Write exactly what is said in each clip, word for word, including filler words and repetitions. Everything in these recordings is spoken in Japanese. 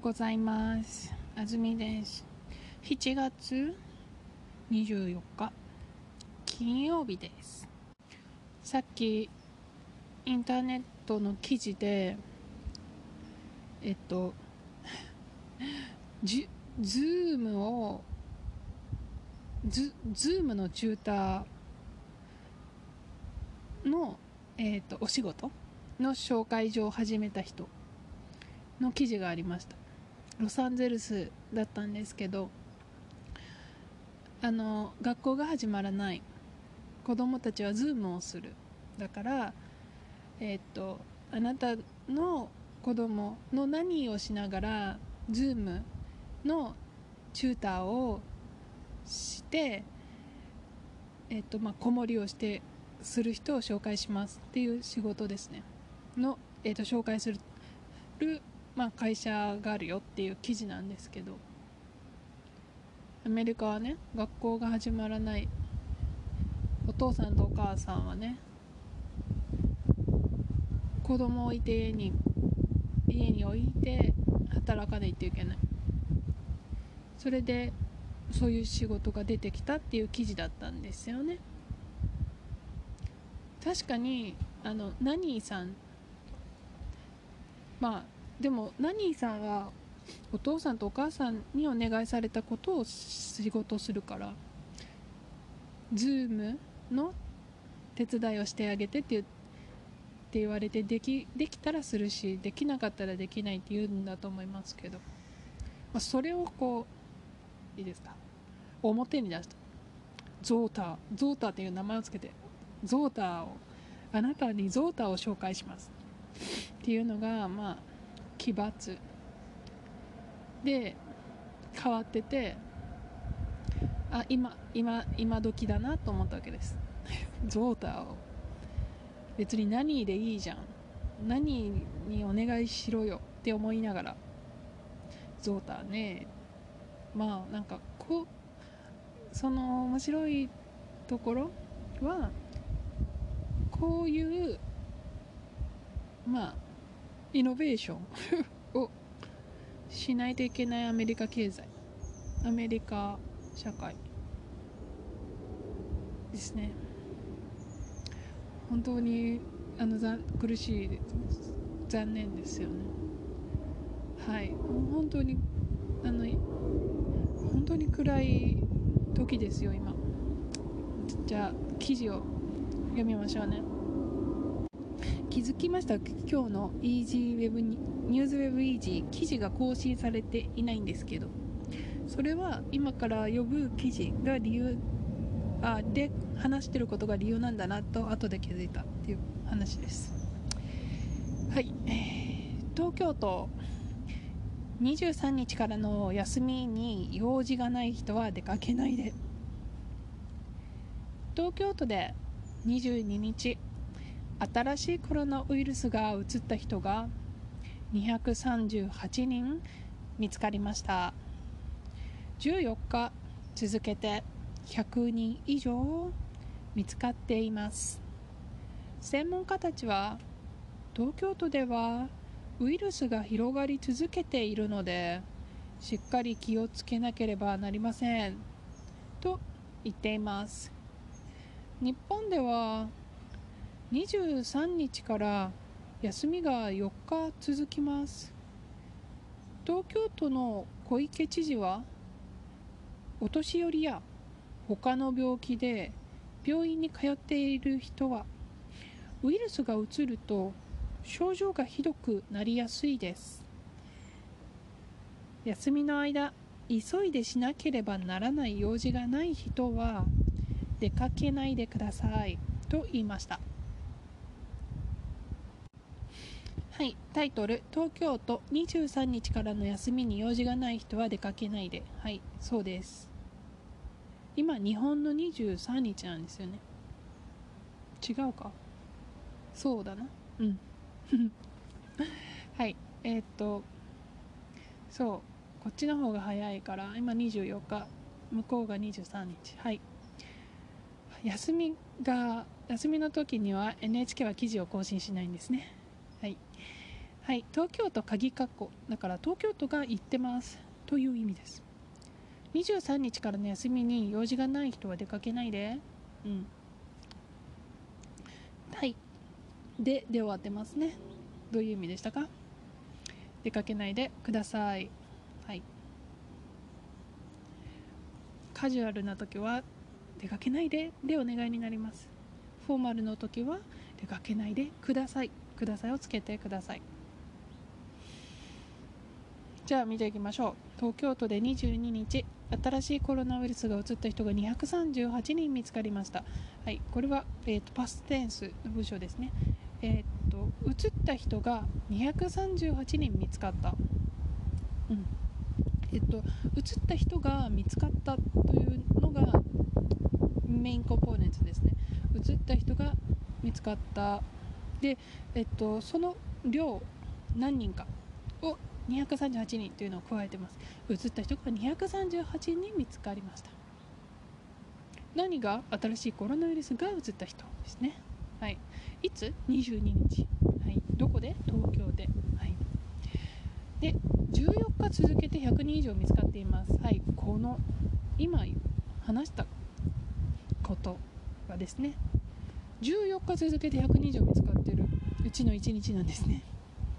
ございます。あずみです。しちがつにじゅうよっか金曜日です。さっきインターネットの記事でえっとズームをズズームのチューターの、えっとお仕事の紹介状を始めた人の記事がありました。ロサンゼルスだったんですけど、あの学校が始まらない子どもたちはズームをする。だからえっとあなたの子供の何をしながらズームのチューターをしてえっとまあ子守りをしてする人を紹介しますっていう仕事ですねの、えっと紹介する、まあ、会社があるよっていう記事なんですけど、アメリカはね、学校が始まらないお父さんとお母さんはね、子供を置いて家に家に置いて働かないといけない。それでそういう仕事が出てきたっていう記事だったんですよね。確かにあのナニーさん、まあでもナニーさんはお父さんとお母さんにお願いされたことを仕事するから、ズームの手伝いをしてあげてって言って言われて、できできたらするし、できなかったらできないって言うんだと思いますけど、まあ、それをこういいですか、表に出した。ゾータゾータっていう名前をつけて、ゾータをあなたにゾータを紹介しますっていうのが、まあ奇抜で変わってて、あ今今今時だなと思ったわけです。ゾータを別に何でいいじゃん、何にお願いしろよって思いながら、ゾータね、まあなんかこうその面白いところは、こういうまあイノベーションをしないといけないアメリカ経済、アメリカ社会ですね。本当にあのざ苦しい、残念ですよね。はい、本当にあの本当に暗い時ですよ今。じゃあ記事を読みましょうね。気づきました。今日の イージー ウェブニュースウェブイージー記事が更新されていないんですけど、それは今から呼ぶ記事が理由あで話してることが理由なんだなと後で気づいたっていう話です。はい、えー、東京都にじゅうさんにちからの休みに用事がない人は出かけないで。東京都でにじゅうににち、新しいコロナウイルスが移った人がにひゃくさんじゅうはちにん見つかりました。じゅうよっか続けてひゃくにん以上見つかっています。専門家たちは、東京都ではウイルスが広がり続けているので、しっかり気をつけなければなりませんと言っています。日本ではにじゅうさんにちから休みがよっか続きます。東京都の小池知事は、お年寄りや他の病気で病院に通っている人は、ウイルスがうつると症状がひどくなりやすいです。休みの間、急いでしなければならない用事がない人は出かけないでくださいと言いました。はい、タイトル、東京都にじゅうさんにちからの休みに用事がない人は出かけないで。はい、そうです。今日本のにじゅうさんにちなんですよね。違うか、そうだな、うんはい、えー、っとそうこっちの方が早いから、今にじゅうよっか、向こうがにじゅうさんにち。はい、休みが休みの時には エヌエイチケー は記事を更新しないんですね。はい、 はい、東京都鍵括弧だから東京都が行ってますという意味です。にじゅうさんにちからの休みに用事がない人は出かけないで。うん。はい。で、で終わってますね。どういう意味でしたか？出かけないでください。はい。カジュアルな時は出かけないででお願いになります。フォーマルの時は出かけないでください。くださいをつけてください。じゃあ見ていきましょう。東京都でにじゅうににち、新しいコロナウイルスが移った人がにひゃくさんじゅうはちにん見つかりました。はい、これは、えーと、パステンスの文章ですね。えーと、移った人がにひゃくさんじゅうはちにん見つかった。うん。えっと、移った人が見つかったというのがメインコンポーネンツですね。移った人が見つかった。で、えっと、その量、何人かをにひゃくさんじゅうはちにんというのを加えてます。移った人がにひゃくさんじゅうはちにん見つかりました。何が新しいコロナウイルスが移った人ですね。はい。いつ ?にじゅうににち。はい。どこで？東京で。はい。で、じゅうよっか続けてひゃくにん以上見つかっています。はい。この、今話したことがですね、じゅうよっか続けてひゃくにん以上見つかっているうちのいちにちなんですね。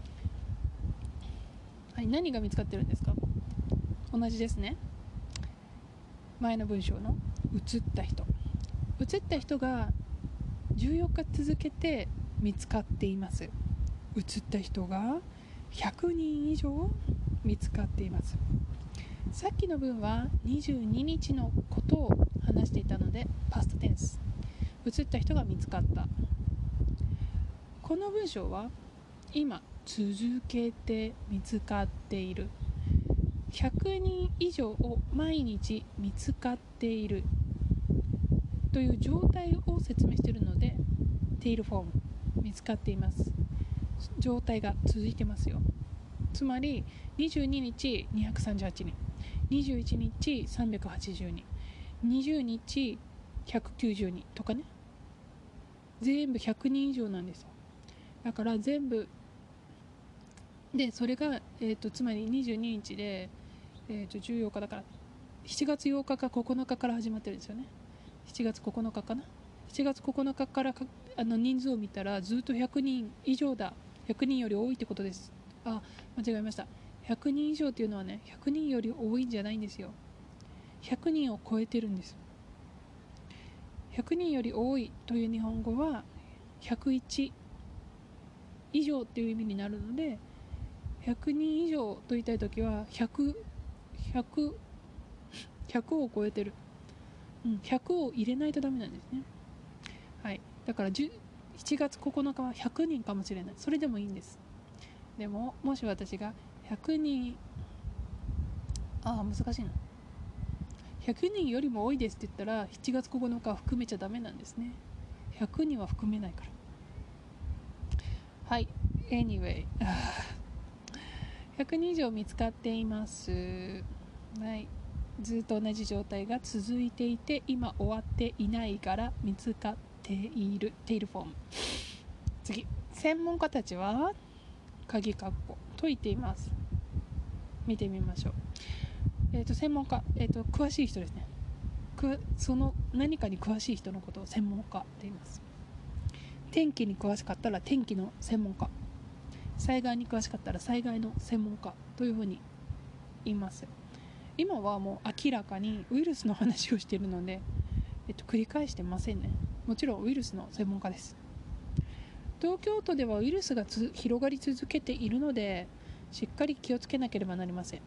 はい、何が見つかってるんですか？同じですね。前の文章の移った人移った人がじゅうよっか続けて見つかっています。移った人がひゃくにん以上見つかっています。さっきの文はにじゅうににちのことを話していたのでパストテンス、移った人が見つかった。この文章は今続けて見つかっている、ひゃくにん以上を毎日見つかっているという状態を説明しているのでテイルフォーム、見つかっています、状態が続いてますよ。つまりにじゅうににちにひゃくさんじゅうはちにん、にじゅういちにちさんびゃくはちじゅうにん、にじゅうにちひゃくきゅうじゅうにんとかね、全部ひゃくにん以上なんですよ。だから全部で、それが、えー、とつまりにじゅうににちで、えー、とじゅうよっかだからしちがつようかかここのかから始まってるんですよね。しちがつここのかかな。しちがつここのかからかあの人数を見たらずっとひゃくにん以上だ、ひゃくにんより多いってことです。あ、間違えました。ひゃくにん以上っていうのはね、ひゃくにんより多いんじゃないんですよ。ひゃくにんを超えてるんです。ひゃくにんより多いという日本語はひゃくいち以上っていう意味になるので、ひゃくにん以上と言いたいときはひゃく、ひゃく、ひゃくを超えてる、うん、ひゃくを入れないとダメなんですね。はい、だからしちがつここのかはひゃくにんかもしれない。それでもいいんです。でももし私がひゃくにん、ああ難しいな、ひゃくにんよりも多いですって言ったらしちがつここのかは含めちゃダメなんですね。ひゃくにんは含めないから。はい、 anyway ひゃくにん以上見つかっています。はい、ずっと同じ状態が続いていて今終わっていないから見つかっているテイルフォーム。次、専門家たちは鍵括弧と言っています。見てみましょう。えー、と専門家、えー、と詳しい人ですね。くその何かに詳しい人のことを専門家と言います。天気に詳しかったら天気の専門家、災害に詳しかったら災害の専門家というふうに言います。今はもう明らかにウイルスの話をしているので、えっと、繰り返してませんね。もちろんウイルスの専門家です。東京都ではウイルスがつ広がり続けているのでしっかり気をつけなければなりません。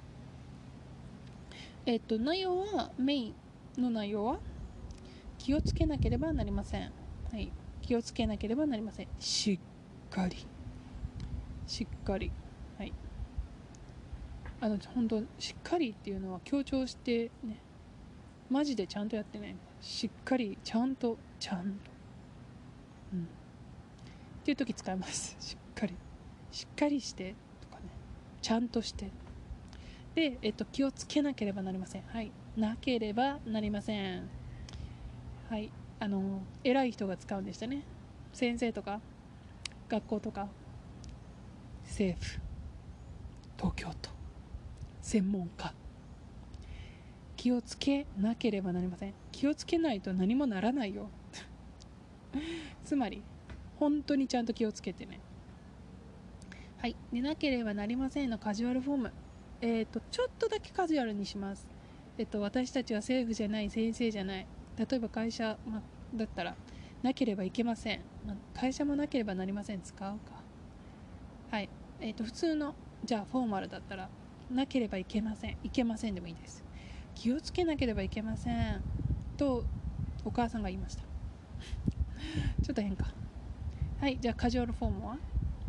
えっと内容はメインの内容は気をつけなければなりません。はい、気をつけなければなりません。しっかりしっかり、はい、あの本当しっかりっていうのは強調してね、マジでちゃんとやってね、しっかりちゃんとちゃんと、うん、っていう時使います。しっかりしっかりしてとかね、ちゃんとしてで、えっと、気をつけなければなりません。はい、なければなりません。はい、あの偉い人が使うんでしたね。先生とか学校とか政府、東京都、専門家、気をつけなければなりません。気をつけないと何もならないよつまり本当にちゃんと気をつけてね。はい、寝なければなりませんのカジュアルフォーム、えっ、とちょっとだけカジュアルにします。えっ、と私たちは政府じゃない、先生じゃない、例えば会社、ま、だったらなければいけません、ま、会社もなければなりません使うか。はい、えっ、と普通のじゃあフォーマルだったらなければいけません、いけませんでもいいです。気をつけなければいけませんとお母さんが言いましたちょっと変か。はい、じゃあカジュアルフォームは、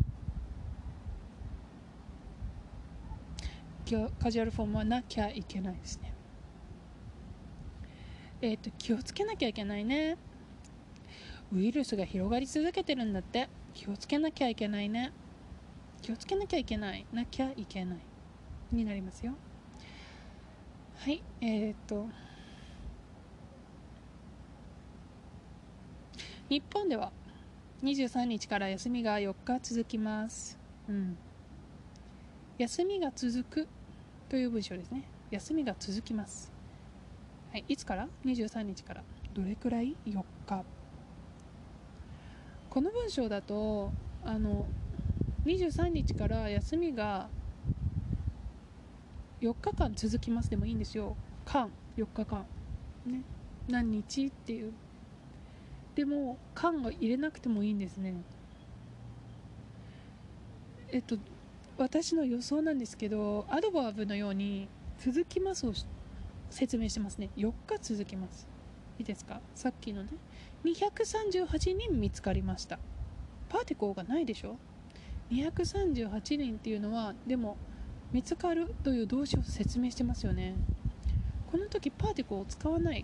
カジュアルフォームはなきゃいけないですね。えっ、と気をつけなきゃいけないね。ウイルスが広がり続けてるんだって。気をつけなきゃいけないね。気をつけなきゃいけないなきゃいけないになりますよ。はい、えっ、と日本ではにじゅうさんにちから休みがよっか続きます。うん、休みが続くという文章ですね。休みが続きます。はい、いつから？にじゅうさんにちから。どれくらい？よっか。この文章だとあのにじゅうさんにちから休みがよっかかん続きますでもいいんですよ。間よっかかんね、何日っていう。でも間が入れなくてもいいんですね。えっと私の予想なんですけど、アドバーブのように続きますを説明してますね。よっか続きます。いいですか。さっきのね、にひゃくさんじゅうはちにん見つかりました。パーティコーがないでしょ。にひゃくさんじゅうはちにんっていうのはでも見つかるという動詞を説明してますよね。この時パーティコーを使わない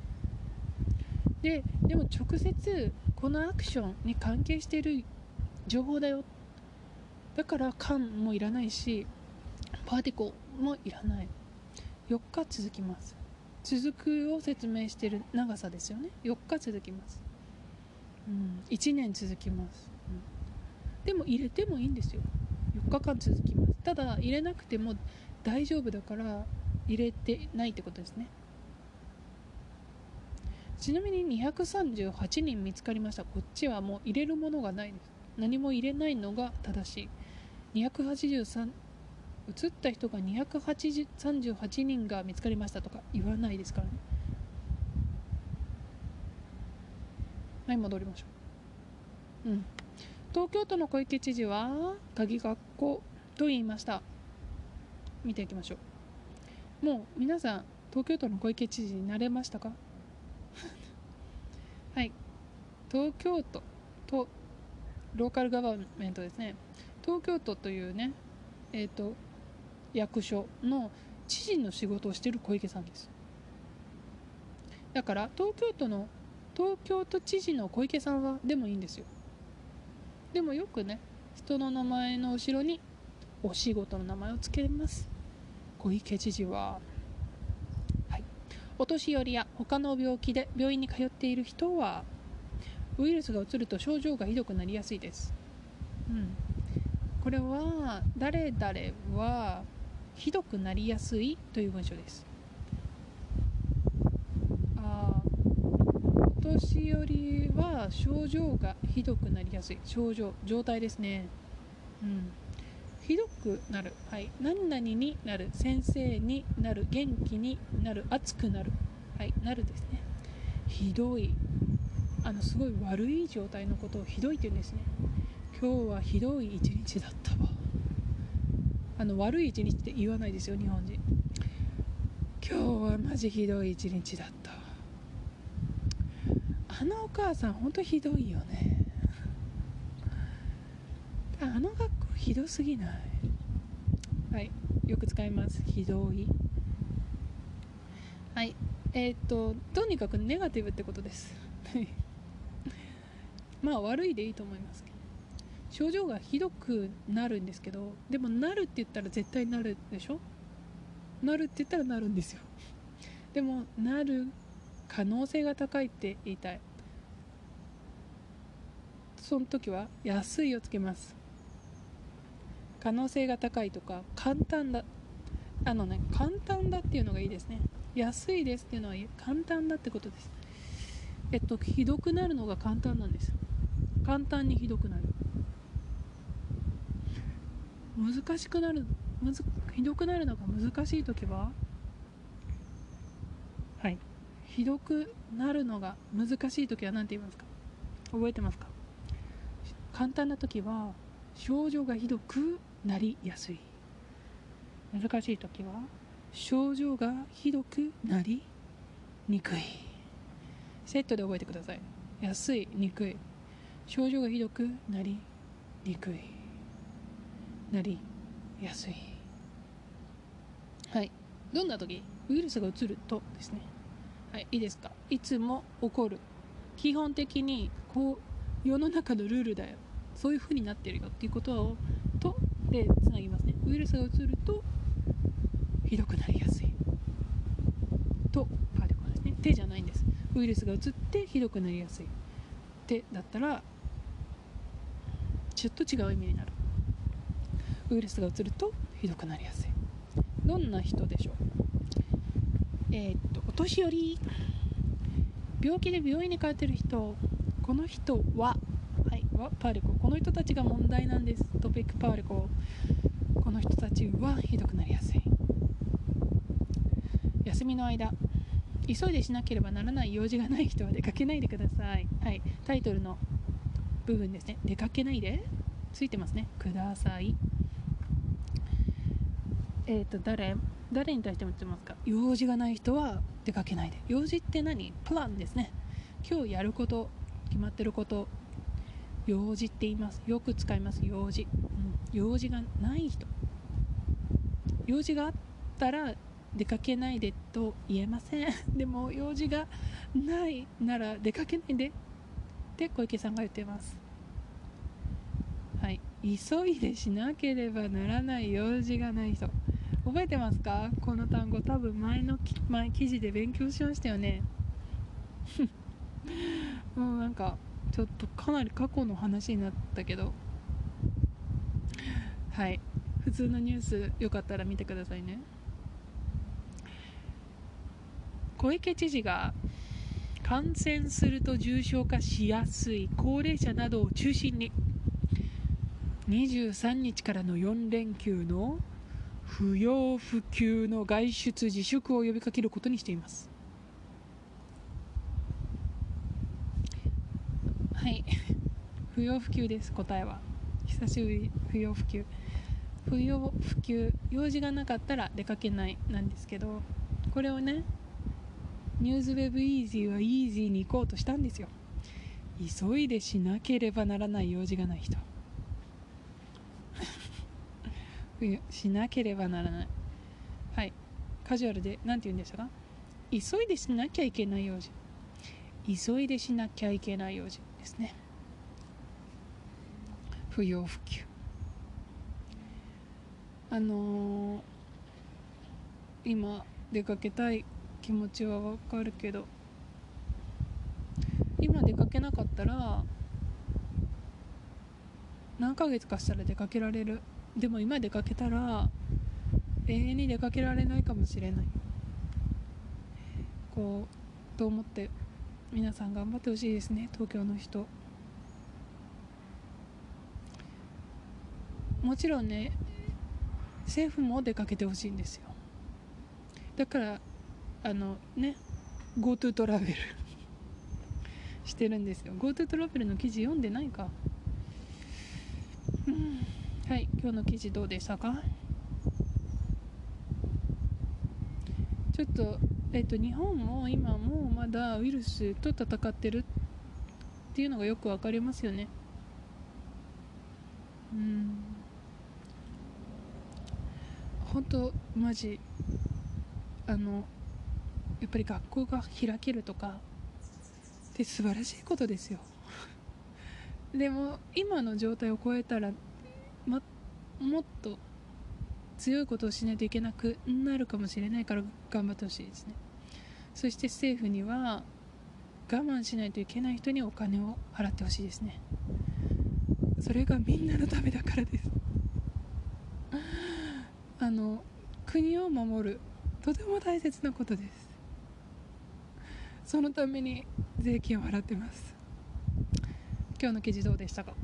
で、でも直接このアクションに関係している情報だよ。だから間もいらないしパーティコーもいらない。よっか続きます。続くを説明している長さですよね。よっか続きます、うん、いちねん続きます、うん、でも入れてもいいんですよ。よっかかん続きます。ただ入れなくても大丈夫だから入れてないってことですね。ちなみににひゃくさんじゅうはちにん見つかりました。こっちはもう入れるものがないです。何も入れないのが正しい。にひゃくはちじゅうさん移った人がにひゃくさんじゅうはちにんが見つかりましたとか言わないですからね。はい、戻りましょう。うん、東京都の小池知事は鍵学校と言いました。見ていきましょう。もう皆さん東京都の小池知事になれましたかはい、東京都とローカルガバメントですね。東京都というね、えーと役所の知事の仕事をしている小池さんです。だから東京都の東京都知事の小池さんはでもいいんですよ。でもよくね、人の名前の後ろにお仕事の名前をつけます。小池知事は、はい、お年寄りや他の病気で病院に通っている人はウイルスがうつると症状がひどくなりやすいです。うん、これは誰々はひどくなりやすいという文章です。あ、お年寄りは症状がひどくなりやすい。症状、状態ですね。うん、ひどくなる、はい、何々になる、先生になる、元気になる、熱くなる、はい、なるですね。ひどい、あのすごい悪い状態のことをひどいって言うんですね。今日はひどい一日だったわ。あの悪い一日って言わないですよ、日本人。今日はマジひどい一日だったわ。あのお母さんほんとひどいよね。あの学校ひどすぎない？はい、よく使います。ひどい。はい、えー、っととにかくネガティブってことですまあ悪いでいいと思いますけど、症状がひどくなるんですけど、でもなるって言ったら絶対なるでしょ。なるって言ったらなるんですよ。でもなる可能性が高いって言いたい。その時は安いをつけます。 可能性が高いとか簡単だ、あのね簡単だっていうのがいいですね。安いですっていうのは簡単だってことです。えっとひどくなるのが簡単なんです。簡単にひどくなる。難しくなる、むずひどくなるのが難しい時は、はい、ひどくなるのが難しい時は何て言いますか？覚えてますか？簡単な時は症状がひどくなりやすい。難しい時は症状がひどくなりにくい。セットで覚えてください。安い、にくい。症状がひどくなりにくい、なりやすい。はい。どんな時？ウイルスがうつるとですね。はい、いいですか？いつも起こる。基本的にこう世の中のルールだよ。そういう風になってるよっていうことをとでつなぎますね。ウイルスがうつるとひどくなりやすい。とパーティクルですね。手じゃないんです。ウイルスがうつってひどくなりやすい。手だったらちょっと違う意味になる。ウイルスがうつるとひどくなりやすい。どんな人でしょう？えー、っとお年寄り、病気で病院に通っている人、この人は、はい、はパーリコ、この人たちが問題なんです。トピックパーリコ、この人たちはひどくなりやすい。休みの間、急いでしなければならない用事がない人は出かけないでください。はい、タイトルの部分ですね。出かけないでついてますね。ください。えっ、ー、と誰誰に対しても言ってますか？用事がない人は出かけないで。用事って何？プランですね。今日やること、決まってること、用事って言います。よく使います。用事、うん、用事がない人、用事があったら出かけないでと言えません。でも用事がないなら出かけないでって小池さんが言っています。はい、急いでしなければならない用事がない人、覚えてますか？この単語多分前の前記事で勉強しましたよね。もうなんかちょっとかなり過去の話になったけど、はい、普通のニュースよかったら見てくださいね。小池知事が感染すると重症化しやすい高齢者などを中心ににじゅうさんにちからのよんれんきゅうの不要不急の外出自粛を呼びかけることにしています。はい、不要不急です。答えは久しぶり。不要不急、不要不急、用事がなかったら出かけないなんですけど、これをねニューズウェブイージーはイージーに行こうとしたんですよ。急いでしなければならない用事がない人しなければならない、はい、カジュアルで何て言うんでしたか？急いでしなきゃいけない用事、急いでしなきゃいけない用事ですね。不要不急、あのー、今出かけたい気持ちはわかるけど、今出かけなかったら何ヶ月かしたら出かけられる。でも今出かけたら永遠に出かけられないかもしれない。こうと思って皆さん頑張ってほしいですね。東京の人、もちろんね政府も出かけてほしいんですよ。だからあのね GoTo トラベルしてるんですよ。 GoTo トラベルの記事読んでないか。うん、はい、今日の記事どうでしたか？ちょっと、えっと、日本も今もまだウイルスと戦ってるっていうのがよくわかりますよね。うん、本当マジあのやっぱり学校が開けるとかって素晴らしいことですよ。でも今の状態を超えたら、ま、もっと強いことをしないといけなくなるかもしれないから頑張ってほしいですね。そして政府には我慢しないといけない人にお金を払ってほしいですね。それがみんなのためだからです。 国を守る、とても大切なことです。そのために税金を払ってます。今日の記事どうでしたか？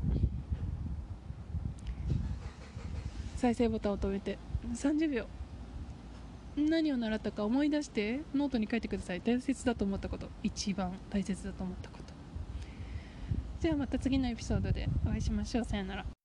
再生ボタンを止めてさんじゅうびょう、何を習ったか思い出してノートに書いてください。大切だと思ったこと、一番大切だと思ったこと。じゃあまた次のエピソードでお会いしましょう。さよなら。